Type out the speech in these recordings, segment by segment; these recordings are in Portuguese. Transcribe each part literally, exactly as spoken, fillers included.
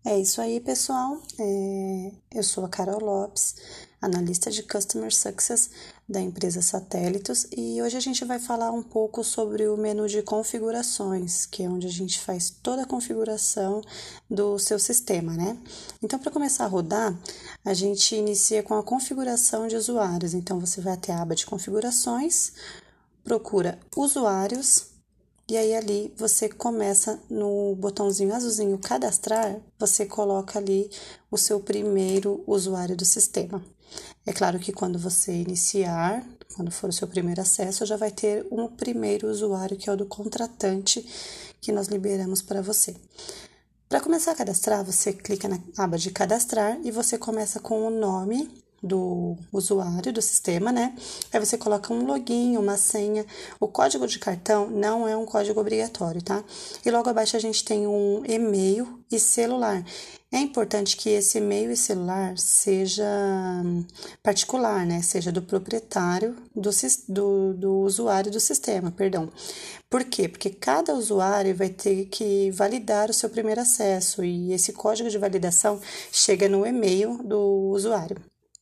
É isso aí, pessoal. É, Eu sou a Carol Lopes, analista de Customer Success da empresa Satélitos, e hoje a gente vai falar um pouco sobre o menu de configurações, que é onde a gente faz toda a configuração do seu sistema, né? Então, para começar a rodar, a gente inicia com a configuração de usuários. Então, você vai até a aba de configurações, procura usuários. E aí, ali, você começa no botãozinho azulzinho cadastrar, você coloca ali o seu primeiro usuário do sistema. É claro que quando você iniciar, quando for o seu primeiro acesso, já vai ter um primeiro usuário, que é o do contratante, que nós liberamos para você. Para começar a cadastrar, você clica na aba de cadastrar e você começa com o nome do usuário do sistema, né? Aí você coloca um login, uma senha. O código de cartão não é um código obrigatório, tá? E logo abaixo a gente tem um e-mail e celular. É importante que esse e-mail e celular seja particular, né? Seja do proprietário do, do, do usuário do sistema, perdão. Por quê? Porque cada usuário vai ter que validar o seu primeiro acesso e esse código de validação chega no e-mail do usuário.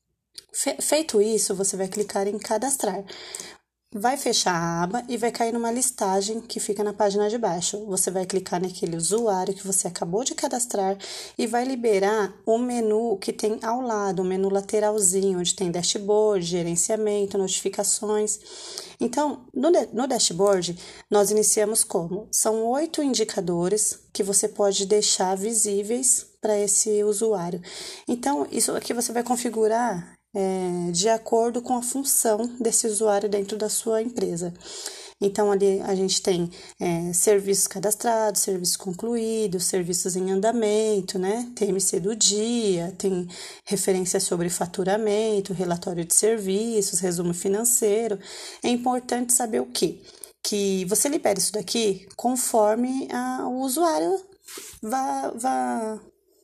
Feito isso, você vai clicar em cadastrar. Vai fechar a aba e vai cair numa listagem que fica na página de baixo. Você vai clicar naquele usuário que você acabou de cadastrar e vai liberar o menu que tem ao lado, o menu lateralzinho, onde tem dashboard, gerenciamento, notificações. Então, no, no dashboard, nós iniciamos como? São oito indicadores que você pode deixar visíveis para esse usuário. Então, isso aqui você vai configurar É, de acordo com a função desse usuário dentro da sua empresa. Então, ali a gente tem é, serviços cadastrados, serviços concluídos, serviços em andamento, né? T M C do dia, tem referência sobre faturamento, relatório de serviços, resumo financeiro. É importante saber o quê? Que você libera isso daqui conforme a, o usuário vá... vá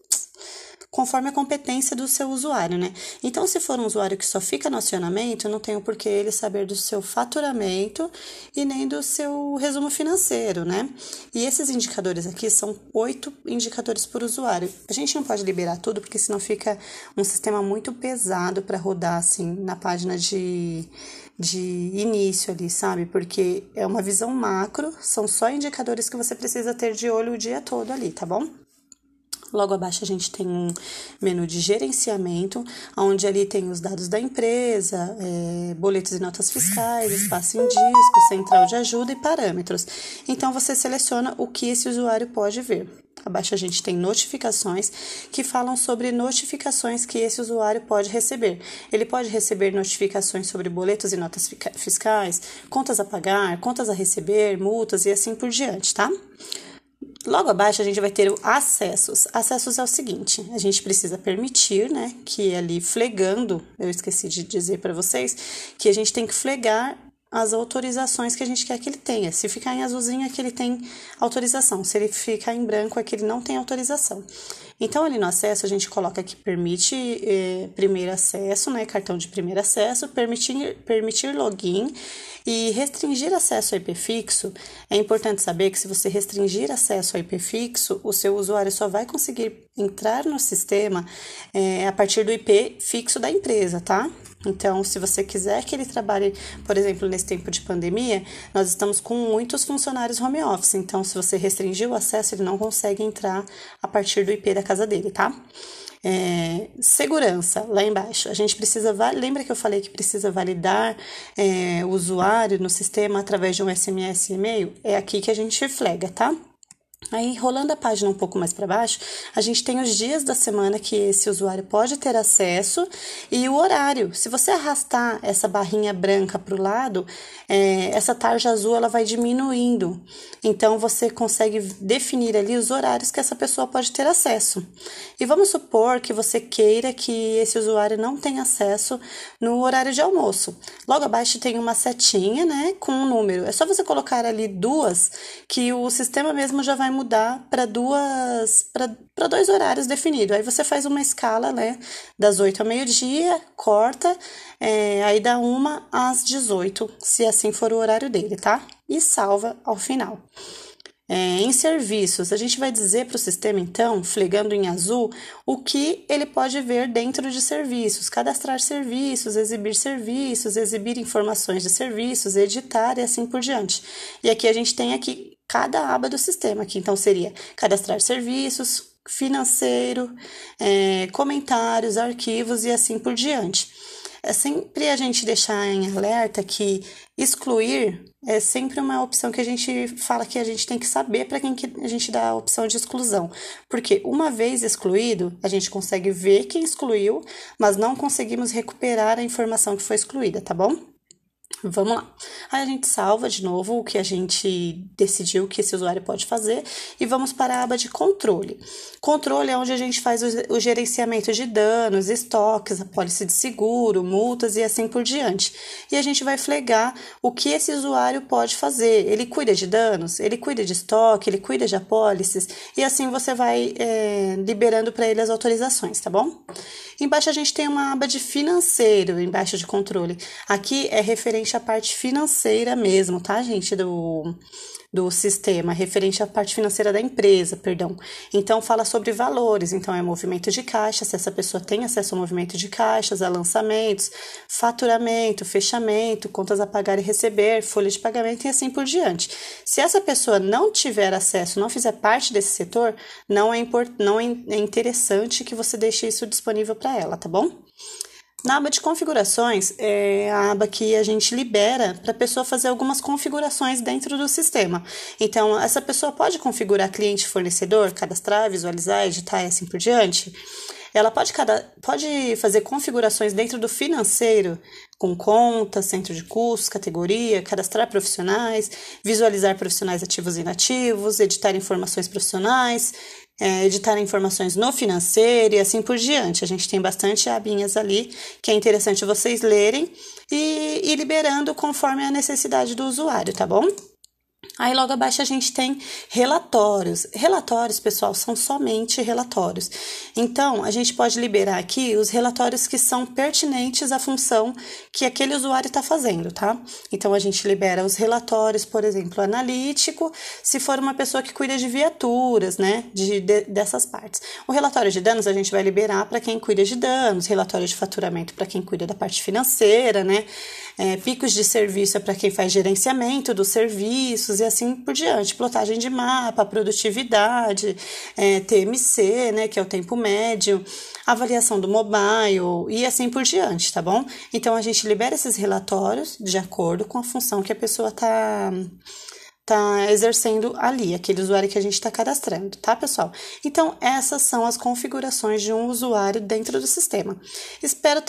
conforme a competência do seu usuário, né? Então, se for um usuário que só fica no acionamento, não tem o porquê ele saber do seu faturamento e nem do seu resumo financeiro, né? E esses indicadores aqui são oito indicadores por usuário. A gente não pode liberar tudo, porque senão fica um sistema muito pesado para rodar, assim, na página de... de início ali, sabe? Porque é uma visão macro, são só indicadores que você precisa ter de olho o dia todo ali, tá bom? Logo abaixo a gente tem um menu de gerenciamento, onde ali tem os dados da empresa, é, boletos e notas fiscais, espaço em disco, central de ajuda e parâmetros. Então, você seleciona o que esse usuário pode ver. Abaixo a gente tem notificações, que falam sobre notificações que esse usuário pode receber. Ele pode receber notificações sobre boletos e notas fiscais, contas a pagar, contas a receber, multas e assim por diante, tá? Logo abaixo a gente vai ter o acessos. Acessos é o seguinte, a gente precisa permitir, né, que ali flegando, eu esqueci de dizer para vocês, que a gente tem que flegar as autorizações que a gente quer que ele tenha. Se ficar em azulzinho é que ele tem autorização, se ele ficar em branco é que ele não tem autorização. Então, ali no acesso, a gente coloca que permite eh, primeiro acesso, né, cartão de primeiro acesso, permitir, permitir login e restringir acesso ao I P fixo. É importante saber que se você restringir acesso ao I P fixo, o seu usuário só vai conseguir entrar no sistema eh, a partir do I P fixo da empresa, tá? Então, se você quiser que ele trabalhe, por exemplo, nesse tempo de pandemia, nós estamos com muitos funcionários home office. Então, se você restringir o acesso, ele não consegue entrar a partir do I P da casa dele, tá? É, segurança, lá embaixo. A gente precisa, lembra que eu falei que precisa validar é, o usuário no sistema através de um S M S e e-mail? É aqui que a gente flega, tá? Aí, rolando a página um pouco mais para baixo, a gente tem os dias da semana que esse usuário pode ter acesso e o horário. Se você arrastar essa barrinha branca para o lado, é, essa tarja azul ela vai diminuindo. Então, você consegue definir ali os horários que essa pessoa pode ter acesso. E vamos supor que você queira que esse usuário não tenha acesso no horário de almoço. Logo abaixo tem uma setinha, né, com um número. É só você colocar ali duas que o sistema mesmo já vai mudar para duas para dois horários definidos. Aí você faz uma escala, né, das oito ao meio-dia, corta, é, aí dá uma às dezoito, se assim for o horário dele, tá? E salva ao final. É, em serviços, a gente vai dizer para o sistema, então, flegando em azul, o que ele pode ver dentro de serviços, cadastrar serviços, exibir serviços, exibir informações de serviços, editar e assim por diante. E aqui a gente tem aqui cada aba do sistema, que então seria cadastrar serviços, financeiro, é, comentários, arquivos e assim por diante. É sempre a gente deixar em alerta que excluir é sempre uma opção que a gente fala que a gente tem que saber para quem que a gente dá a opção de exclusão. Porque uma vez excluído, a gente consegue ver quem excluiu, mas não conseguimos recuperar a informação que foi excluída, tá bom? Vamos lá. Aí a gente salva de novo o que a gente decidiu que esse usuário pode fazer e vamos para a aba de controle. Controle é onde a gente faz o gerenciamento de danos, estoques, apólice de seguro, multas e assim por diante. E a gente vai flegar o que esse usuário pode fazer. Ele cuida de danos, ele cuida de estoque, ele cuida de apólices e assim você vai é, liberando para ele as autorizações, tá bom? Embaixo a gente tem uma aba de financeiro, embaixo de controle. Aqui é referente à parte financeira mesmo, tá, gente, do, do sistema, referente à parte financeira da empresa, perdão. Então, fala sobre valores, então é movimento de caixa, se essa pessoa tem acesso ao movimento de caixas, a lançamentos, faturamento, fechamento, contas a pagar e receber, folha de pagamento e assim por diante. Se essa pessoa não tiver acesso, não fizer parte desse setor, não é, import, não é interessante que você deixe isso disponível para ela, tá bom? Na aba de configurações, é a aba que a gente libera para a pessoa fazer algumas configurações dentro do sistema. Então, essa pessoa pode configurar cliente e fornecedor, cadastrar, visualizar, editar e assim por diante. Ela pode, pode fazer configurações dentro do financeiro, com conta, centro de custos, categoria, cadastrar profissionais, visualizar profissionais ativos e inativos, editar informações profissionais, é, editar informações no financeiro e assim por diante. A gente tem bastante abinhas ali que é interessante vocês lerem e ir liberando conforme a necessidade do usuário, tá bom? Aí logo abaixo a gente tem relatórios. Relatórios, pessoal, são somente relatórios. Então, a gente pode liberar aqui os relatórios que são pertinentes à função que aquele usuário está fazendo, tá? Então, a gente libera os relatórios, por exemplo, analítico, se for uma pessoa que cuida de viaturas, né, de, de, dessas partes. O relatório de danos a gente vai liberar para quem cuida de danos, relatório de faturamento para quem cuida da parte financeira, né, é, picos de serviço é para quem faz gerenciamento dos serviços e assim por diante, plotagem de mapa, produtividade, é, T M C, né, que é o tempo médio, avaliação do mobile e assim por diante, tá bom? Então, a gente libera esses relatórios de acordo com a função que a pessoa está tá exercendo ali, aquele usuário que a gente está cadastrando, tá, pessoal? Então, essas são as configurações de um usuário dentro do sistema. Espero